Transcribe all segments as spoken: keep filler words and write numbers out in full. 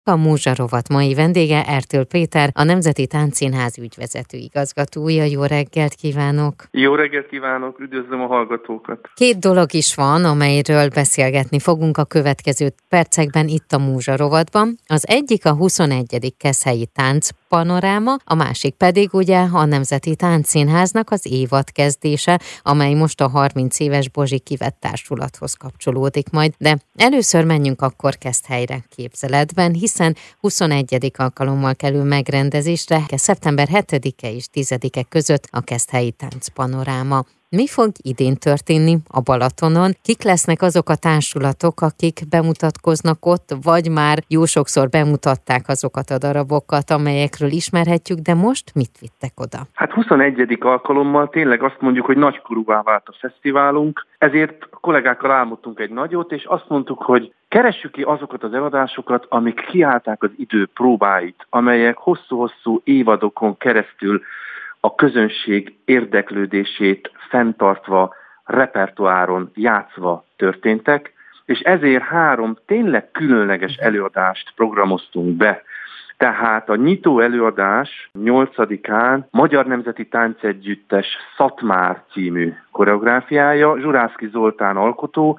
A Múzsa rovat mai vendége Ertl Péter, a Nemzeti Táncszínház ügyvezető igazgatója. Jó reggelt kívánok! Jó reggelt kívánok, üdvözlöm a hallgatókat! Két dolog is van, amelyről beszélgetni fogunk a következő percekben itt a Múzsa rovatban. Az egyik a huszonegyedik Keszthelyi Táncpanoráma, a másik pedig ugye a Nemzeti Táncszínháznak az évadkezdése, amely most a harminc éves Bozsik Ivett Társulathoz kapcsolódik majd. De először menjünk akkor Keszthelyre képzeletben, hiszen huszonegyedik alkalommal kerül megrendezésre szeptember hetedike és tizedike között a Keszthelyi Táncpanoráma. Mi fog idén történni a Balatonon? Kik lesznek azok a társulatok, akik bemutatkoznak ott, vagy már jó sokszor bemutatták azokat a darabokat, amelyekről ismerhetjük, de most mit vittek oda? Hát huszonegyedik alkalommal tényleg azt mondjuk, hogy nagykorúvá vált a fesztiválunk, ezért a kollégákkal álmodtunk egy nagyot, és azt mondtuk, hogy keressük ki azokat az eladásokat, amik kiállták az idő próbáit, amelyek hosszú-hosszú évadokon keresztül a közönség érdeklődését fenntartva, repertoáron játszva történtek, és ezért három tényleg különleges előadást programoztunk be. Tehát a nyitó előadás nyolcadikán Magyar Nemzeti Táncegyüttes Szatmár című koreográfiája, Zsurászky Zoltán alkotó,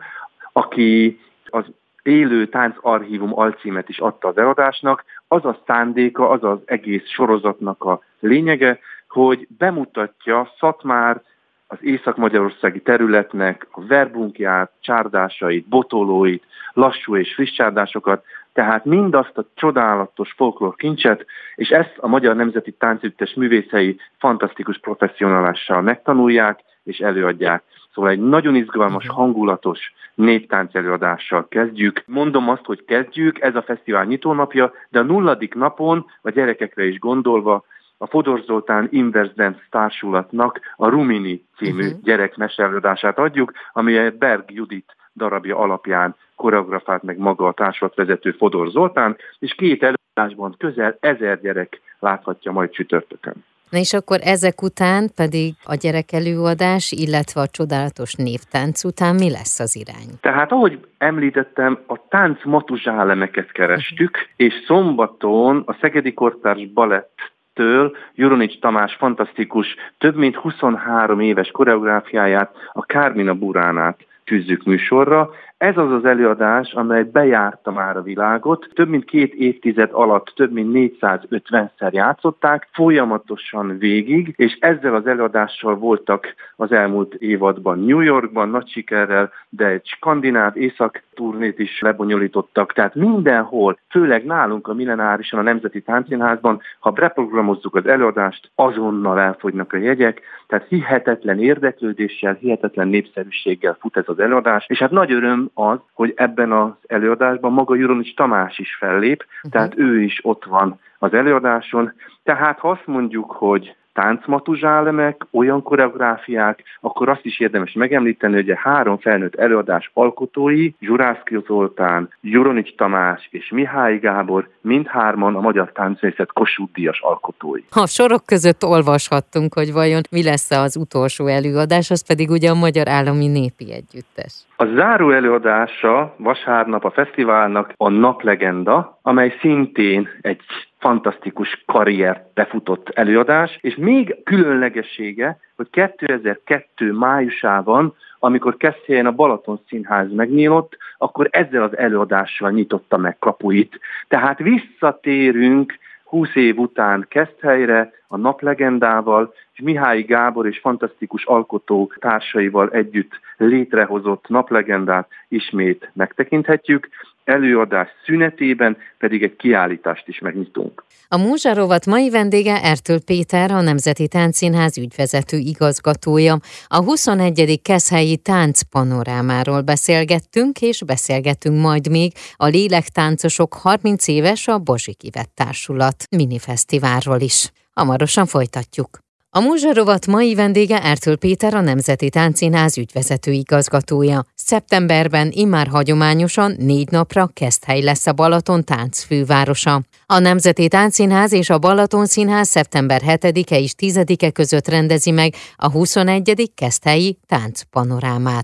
aki az Élő Táncarchívum alcímet is adta az előadásnak. Az a szándéka, az az egész sorozatnak a lényege, hogy bemutatja Szatmár az észak-magyarországi területnek a verbunkját, csárdásait, botolóit, lassú és friss csárdásokat, tehát mindazt a csodálatos folklór kincset, és ezt a Magyar Nemzeti Táncegyüttes művészei fantasztikus professzionálással megtanulják és előadják. Szóval egy nagyon izgalmas, hangulatos néptánc előadással kezdjük. Mondom azt, hogy kezdjük, ez a fesztivál nyitónapja, de a nulladik napon, a gyerekekre is gondolva, a Fodor Zoltán Inverse Dance Társulatnak a Rumini című uh-huh. gyerekmeseelőadását adjuk, amelyet Berg Judit darabja alapján koreografált meg maga a társulatvezető Fodor Zoltán, és két előadásban közel ezer gyerek láthatja majd csütörtökön. Na és akkor ezek után pedig a gyerekelőadás, illetve a csodálatos névtánc után mi lesz az irány? Tehát ahogy említettem, a tánc matuzsálemeket kerestük, uh-huh. és szombaton a Szegedi Kortárs Balett től Juronics Tamás fantasztikus, több mint huszonhárom éves koreográfiáját, a Kármina Buránát tűzzük műsorra. Ez az az előadás, amely bejárta már a világot. Több mint két évtized alatt több mint négyszázötvenszer játszották, folyamatosan végig, és ezzel az előadással voltak az elmúlt évadban New Yorkban nagy sikerrel, de egy skandináv észak-turnét is lebonyolítottak. Tehát mindenhol, főleg nálunk a Millenárison, a Nemzeti Táncszínházban, ha beprogramozzuk az előadást, azonnal elfogynak a jegyek, tehát hihetetlen érdeklődéssel, hihetetlen népszerűséggel fut ez az előadás, és hát nagy öröm az, hogy ebben az előadásban maga Juronics Tamás is fellép, uh-huh. tehát ő is ott van az előadáson. Tehát ha azt mondjuk, hogy táncmatuzsálemek, olyan koreográfiák, akkor azt is érdemes megemlíteni, hogy a három felnőtt előadás alkotói, Zsurászky Zoltán, Juronics Tamás és Mihály Gábor, mindhárman a magyar táncművészet Kossuth-díjas alkotói. A sorok között olvashattunk, hogy vajon mi lesz az utolsó előadás, az pedig ugye a Magyar Állami Népi Együttes. A záró előadása vasárnap a fesztiválnak a Naplegenda, amely szintén egy fantasztikus karriert befutott előadás, és még különlegessége, hogy kétezer-kettő májusában, amikor Keszthelyen a Balaton Színház megnyílott, akkor ezzel az előadással nyitotta meg kapuit. Tehát visszatérünk húsz év után Keszthelyre, a Naplegendával, és Mihály Gábor és fantasztikus alkotó társaival együtt létrehozott Naplegendát ismét megtekinthetjük, előadás szünetében pedig egy kiállítást is megnyitunk. A Múzsa rovat mai vendége Ertl Péter, a Nemzeti Táncszínház ügyvezető igazgatója. A huszonegyedik Keszthelyi Táncpanorámáról beszélgettünk, és beszélgetünk majd még a Lélektáncosok harminc éves a Bozsik Ivett Társulat minifesztiválról is. Hamarosan folytatjuk. A Múzsa rovat mai vendége Ertl Péter, a Nemzeti Táncszínház ügyvezető igazgatója. Szeptemberben immár hagyományosan négy napra Keszthely lesz a Balaton táncfővárosa. A Nemzeti Táncszínház és a Balaton Színház szeptember hetedike és tizedike között rendezi meg a huszonegyedik Keszthelyi Táncpanorámát.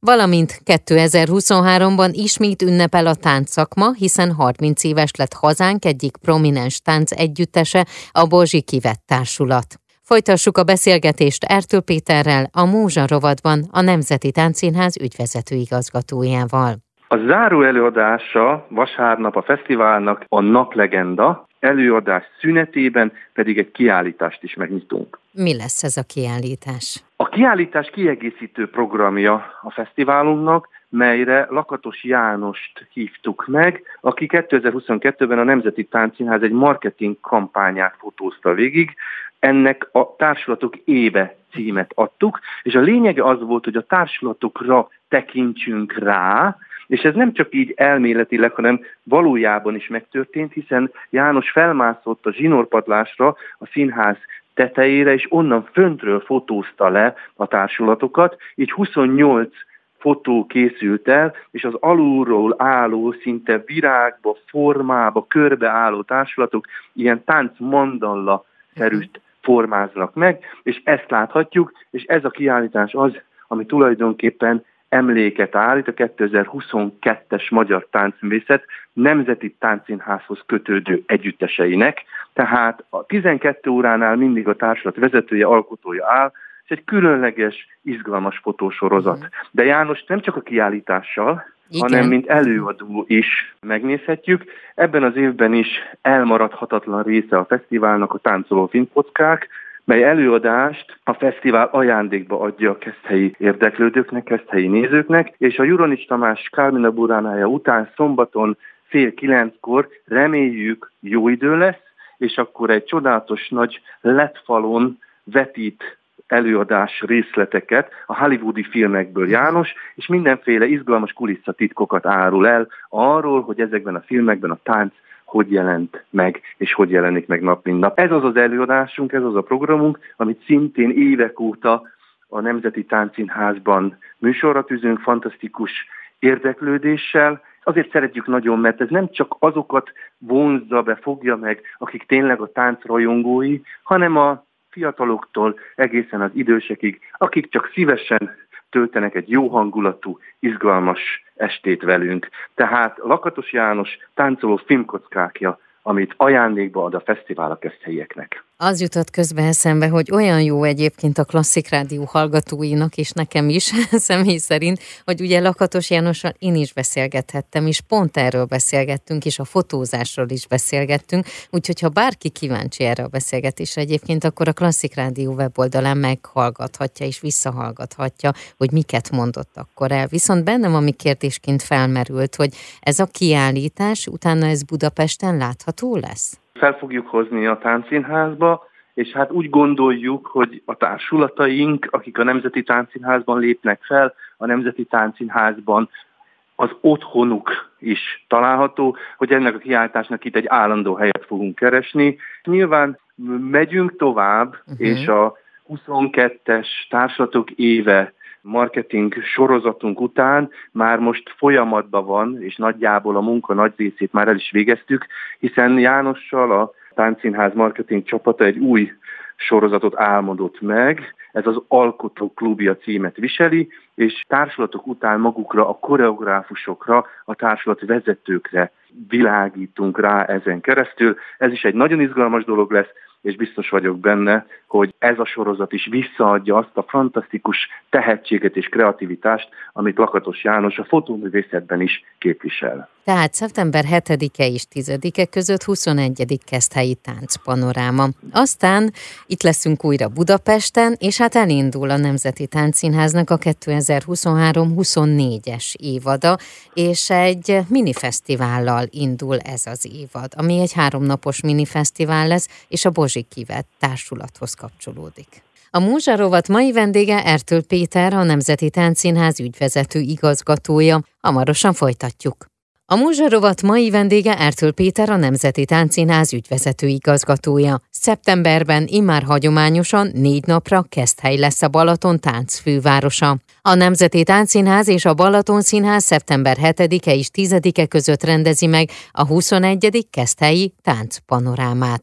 valamint kétezer-huszonháromban ismét ünnepel a táncszakma, hiszen harminc éves lett hazánk egyik prominens tánc együttese, a Bozsik Ivett Társulat. Folytassuk a beszélgetést Ertl Péterrel, a Múzsa rovatban a Nemzeti Táncszínház ügyvezető igazgatójával. A záró előadása vasárnap a fesztiválnak a Naplegenda, előadás szünetében pedig egy kiállítást is megnyitunk. Mi lesz ez a kiállítás? A kiállítás kiegészítő programja a fesztiválunknak, melyre Lakatos Jánost hívtuk meg, aki kétezer-huszonkettőben a Nemzeti Táncszínház egy marketing kampányát fotózta végig. Ennek a Társulatok éve címet adtuk, és a lényege az volt, hogy a társulatokra tekintsünk rá, és ez nem csak így elméletileg, hanem valójában is megtörtént, hiszen János felmászott a zsinórpadlásra, a színház tetejére, és onnan föntről fotózta le a társulatokat, így huszonnyolc fotó készült el, és az alulról álló, szinte virágba, formába, körbeálló társulatok ilyen táncmandalla-szerűt formáznak meg, és ezt láthatjuk, és ez a kiállítás az, ami tulajdonképpen emléket állít a kétezer-huszonkettes Magyar Táncművészet Nemzeti Táncszínházhoz kötődő együtteseinek, tehát a tizenkét óránál mindig a társulat vezetője, alkotója áll, és egy különleges, izgalmas fotósorozat. De János nem csak a kiállítással, igen, hanem mint előadó is megnézhetjük. Ebben az évben is elmaradhatatlan része a fesztiválnak a Táncoló filmkockák, mely előadást a fesztivál ajándékba adja a keszthelyi érdeklődőknek, keszthelyi nézőknek, és a Juronics Tamás Kálmina Buránája után szombaton fél kilenckor reméljük jó idő lesz, és akkor egy csodálatos nagy ledfalon vetít előadás részleteket a hollywoodi filmekből János, és mindenféle izgalmas kulisszatitkokat árul el arról, hogy ezekben a filmekben a tánc hogy jelent meg, és hogy jelenik meg nap mint nap. Ez az az előadásunk, ez az a programunk, amit szintén évek óta a Nemzeti Táncszínházban műsorra tűzünk, fantasztikus érdeklődéssel. Azért szeretjük nagyon, mert ez nem csak azokat vonzza be, fogja meg, akik tényleg a tánc rajongói, hanem a fiataloktól egészen az idősekig, akik csak szívesen töltenek egy jó hangulatú, izgalmas estét velünk. Tehát Lakatos János Táncoló filmkockákja, amit ajándékba ad a fesztivál a keszthelyieknek. Az jutott közbe eszembe, hogy olyan jó egyébként a Klasszik Rádió hallgatóinak, és nekem is személy szerint, hogy ugye Lakatos Jánossal én is beszélgethettem, és pont erről beszélgettünk, és a fotózásról is beszélgettünk, úgyhogy ha bárki kíváncsi erre a beszélgetésre egyébként, akkor a Klasszik Rádió weboldalán meghallgathatja és visszahallgathatja, hogy miket mondott akkor el. Viszont bennem ami kérdésként felmerült, hogy ez a kiállítás, utána ez Budapesten látható lesz? Fel fogjuk hozni a Táncszínházba, és hát úgy gondoljuk, hogy a társulataink, akik a Nemzeti Táncszínházban lépnek fel, a Nemzeti Táncszínházban az otthonuk is található, hogy ennek a kiállításnak itt egy állandó helyet fogunk keresni. Nyilván megyünk tovább, uh-huh. és a huszonkettes társulatok éve marketing sorozatunk után már most folyamatban van, és nagyjából a munka nagy részét már el is végeztük, hiszen Jánossal a Táncszínház marketing csapata egy új sorozatot álmodott meg, ez az Alkotó Klubja címet viseli, és társulatok után magukra, a koreográfusokra, a társulat vezetőkre világítunk rá ezen keresztül. Ez is egy nagyon izgalmas dolog lesz, és biztos vagyok benne, hogy ez a sorozat is visszaadja azt a fantasztikus tehetséget és kreativitást, amit Lakatos János a fotóművészetben is képvisel. Tehát szeptember hetedike és tizedike között huszonegyedik Keszthelyi Táncpanoráma. Aztán itt leszünk újra Budapesten, és hát elindul a Nemzeti Táncszínháznak a kétezer-huszonhárom huszonnégyes évada, és egy minifesztivállal indul ez az évad, ami egy háromnapos minifesztivál lesz, és a Bozsik Ivett Társulathoz kapcsolódik. A Múzsa rovat mai vendége Ertl Péter, a Nemzeti Táncszínház ügyvezető igazgatója. Hamarosan folytatjuk. A Múzsa rovat mai vendége Ertl Péter, a Nemzeti Táncszínház ügyvezető igazgatója. Szeptemberben immár hagyományosan négy napra Keszthely lesz a Balaton táncfővárosa. A Nemzeti Táncszínház és a Balaton Színház szeptember hetedike és tizedike között rendezi meg a huszonegyedik Keszthelyi Táncpanorámát.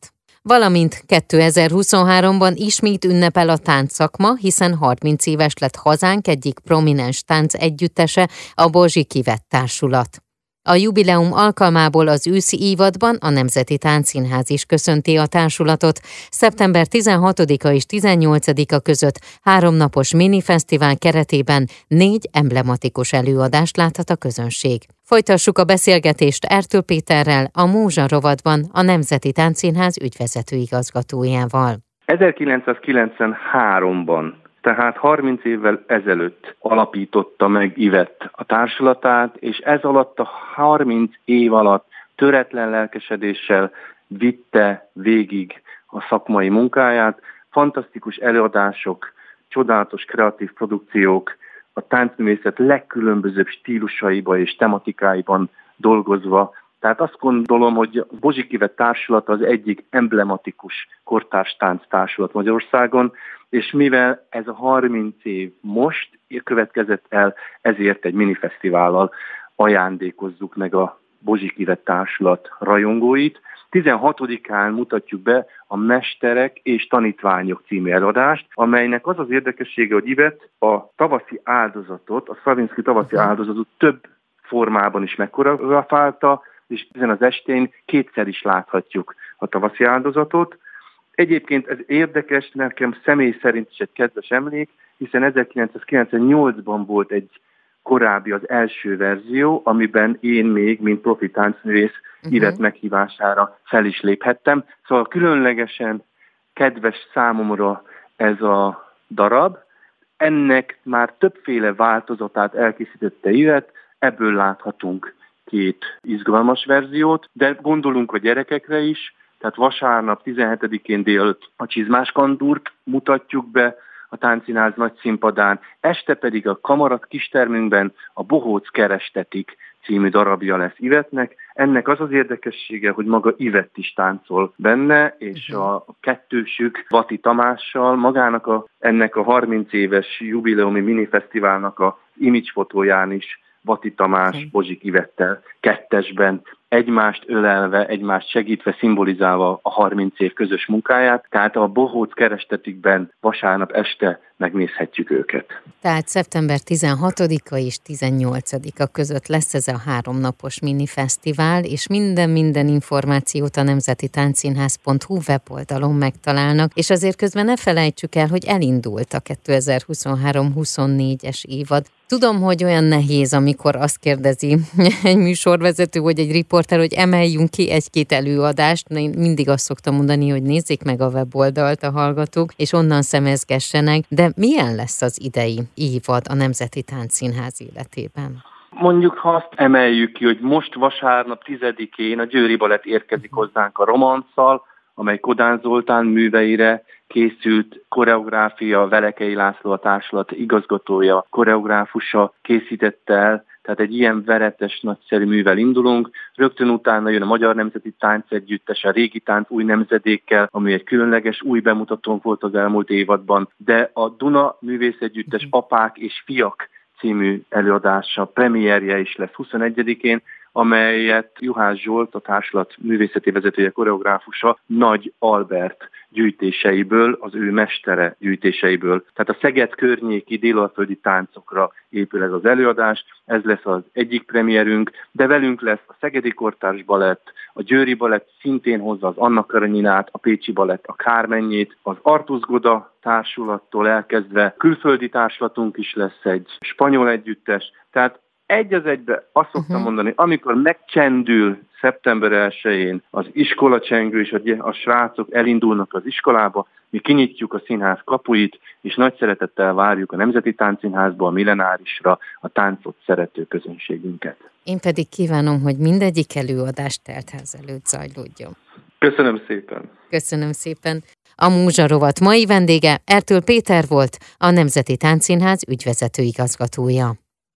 Valamint kétezer-huszonháromban ismét ünnepel a táncszakma, hiszen harminc éves lett hazánk egyik prominens tánc együttese, a Bozsik Ivett Társulat. A jubileum alkalmából az őszi évadban a Nemzeti Táncszínház is köszönti a társulatot. szeptember tizenhatodika és tizennyolcadika között háromnapos minifesztivál keretében négy emblematikus előadást láthat a közönség. Folytassuk a beszélgetést Ertl Péterrel, a Múzsa rovatban a Nemzeti Táncszínház ügyvezető igazgatójával. ezerkilencszázkilencvenháromban, tehát harminc évvel ezelőtt alapította meg Ivett a társulatát, és ez alatt a harminc év alatt töretlen lelkesedéssel vitte végig a szakmai munkáját. Fantasztikus előadások, csodálatos kreatív produkciók, a táncművészet legkülönbözőbb stílusaiba és tematikáiban dolgozva. Tehát azt gondolom, hogy a Bozsik Ivett Társulat az egyik emblematikus kortárs tánc társulat Magyarországon, és mivel ez a harminc év most következett el, ezért egy minifesztivállal ajándékozzuk meg a Bozsik Ivett Társulat rajongóit. tizenhatodikán mutatjuk be a Mesterek és Tanítványok című előadást, amelynek az az érdekessége, hogy Ivett a tavaszi áldozatot, a Stravinszky tavaszi áldozatot több formában is megkoreografálta, és ezen az estén kétszer is láthatjuk a tavaszi áldozatot. Egyébként ez érdekes, nekem személy szerint is egy kedves emlék, hiszen ezerkilencszázkilencvennyolcban volt egy korábbi, az első verzió, amiben én még, mint profi táncművész, uh-huh. Ivett meghívására fel is léphettem. Szóval különlegesen kedves számomra ez a darab. Ennek már többféle változatát elkészítette Ivett, ebből láthatunk két izgalmas verziót, de gondolunk a gyerekekre is, tehát vasárnap tizenhetedikén délután a Csizmás Kandúrt mutatjuk be a Táncszínház nagy színpadán, este pedig a Kamarat kistermünkben a Bohóc kerestetik című darabja lesz Ivettnek. Ennek az az érdekessége, hogy maga Ivett is táncol benne, és a kettősük Vati Tamással magának a, ennek a harminc éves jubileumi minifesztiválnak a image fotóján is Vati Tamás, Bozsik Ivettel kettesben egymást ölelve, egymást segítve, szimbolizálva a harminc év közös munkáját, tehát a Bohóc kerestetikben vasárnap este megnézhetjük őket. Tehát szeptember tizenhatodika és tizennyolcadika között lesz ez a háromnapos minifesztivál, és minden-minden információt a nemzeti táncszínház pont hu weboldalon megtalálnak, és azért közben ne felejtsük el, hogy elindult a kétezer-huszonhárom huszonnégyes évad. Tudom, hogy olyan nehéz, amikor azt kérdezi egy műsorvezető, vagy egy riporter, hogy emeljünk ki egy-két előadást. Én mindig azt szoktam mondani, hogy nézzék meg a weboldalt a hallgatók, és onnan szemezgessenek. De milyen lesz az idei évad a Nemzeti Táncszínház életében? Mondjuk, ha azt emeljük ki, hogy most vasárnap tizedikén a Győri Balett érkezik hozzánk a Romansszal, amely Kodán Zoltán műveire készült koreográfia, Velekei László a társulat igazgatója, koreográfusa készítette el, tehát egy ilyen veretes, nagyszerű művel indulunk. Rögtön utána jön a Magyar Nemzeti Táncegyüttes, a Régi Tánc új nemzedékkel, ami egy különleges új bemutatónk volt az elmúlt évadban, de a Duna Művészegyüttes Apák és Fiak című előadása, premierje is lesz huszonegyedikén, amelyet Juhász Zsolt, a társulat művészeti vezetője, koreográfusa Nagy Albert gyűjtéseiből, az ő mestere gyűjtéseiből. Tehát a Szeged környéki délalföldi táncokra épül ez az előadás, ez lesz az egyik premierünk, de velünk lesz a Szegedi Kortárs Balett, a Győri Balett szintén hozza az Anna Kareninát, a Pécsi Balett a Kármennyét, az Artusz Goda társulattól elkezdve külföldi társulatunk is lesz, egy spanyol együttes, tehát egy az egybe azt szoktam uh-huh. mondani, amikor megcsendül szeptember elsején az iskolacsengő, és a, a srácok elindulnak az iskolába, mi kinyitjuk a színház kapuit, és nagy szeretettel várjuk a Nemzeti Táncszínházba, a Millenárisra a táncot szerető közönségünket. Én pedig kívánom, hogy mindegyik előadás teltház előtt zajlódjon. Köszönöm szépen! Köszönöm szépen! A Múzsa rovat mai vendége Ertl Péter volt, a Nemzeti Táncszínház ügyvezető igazgatója.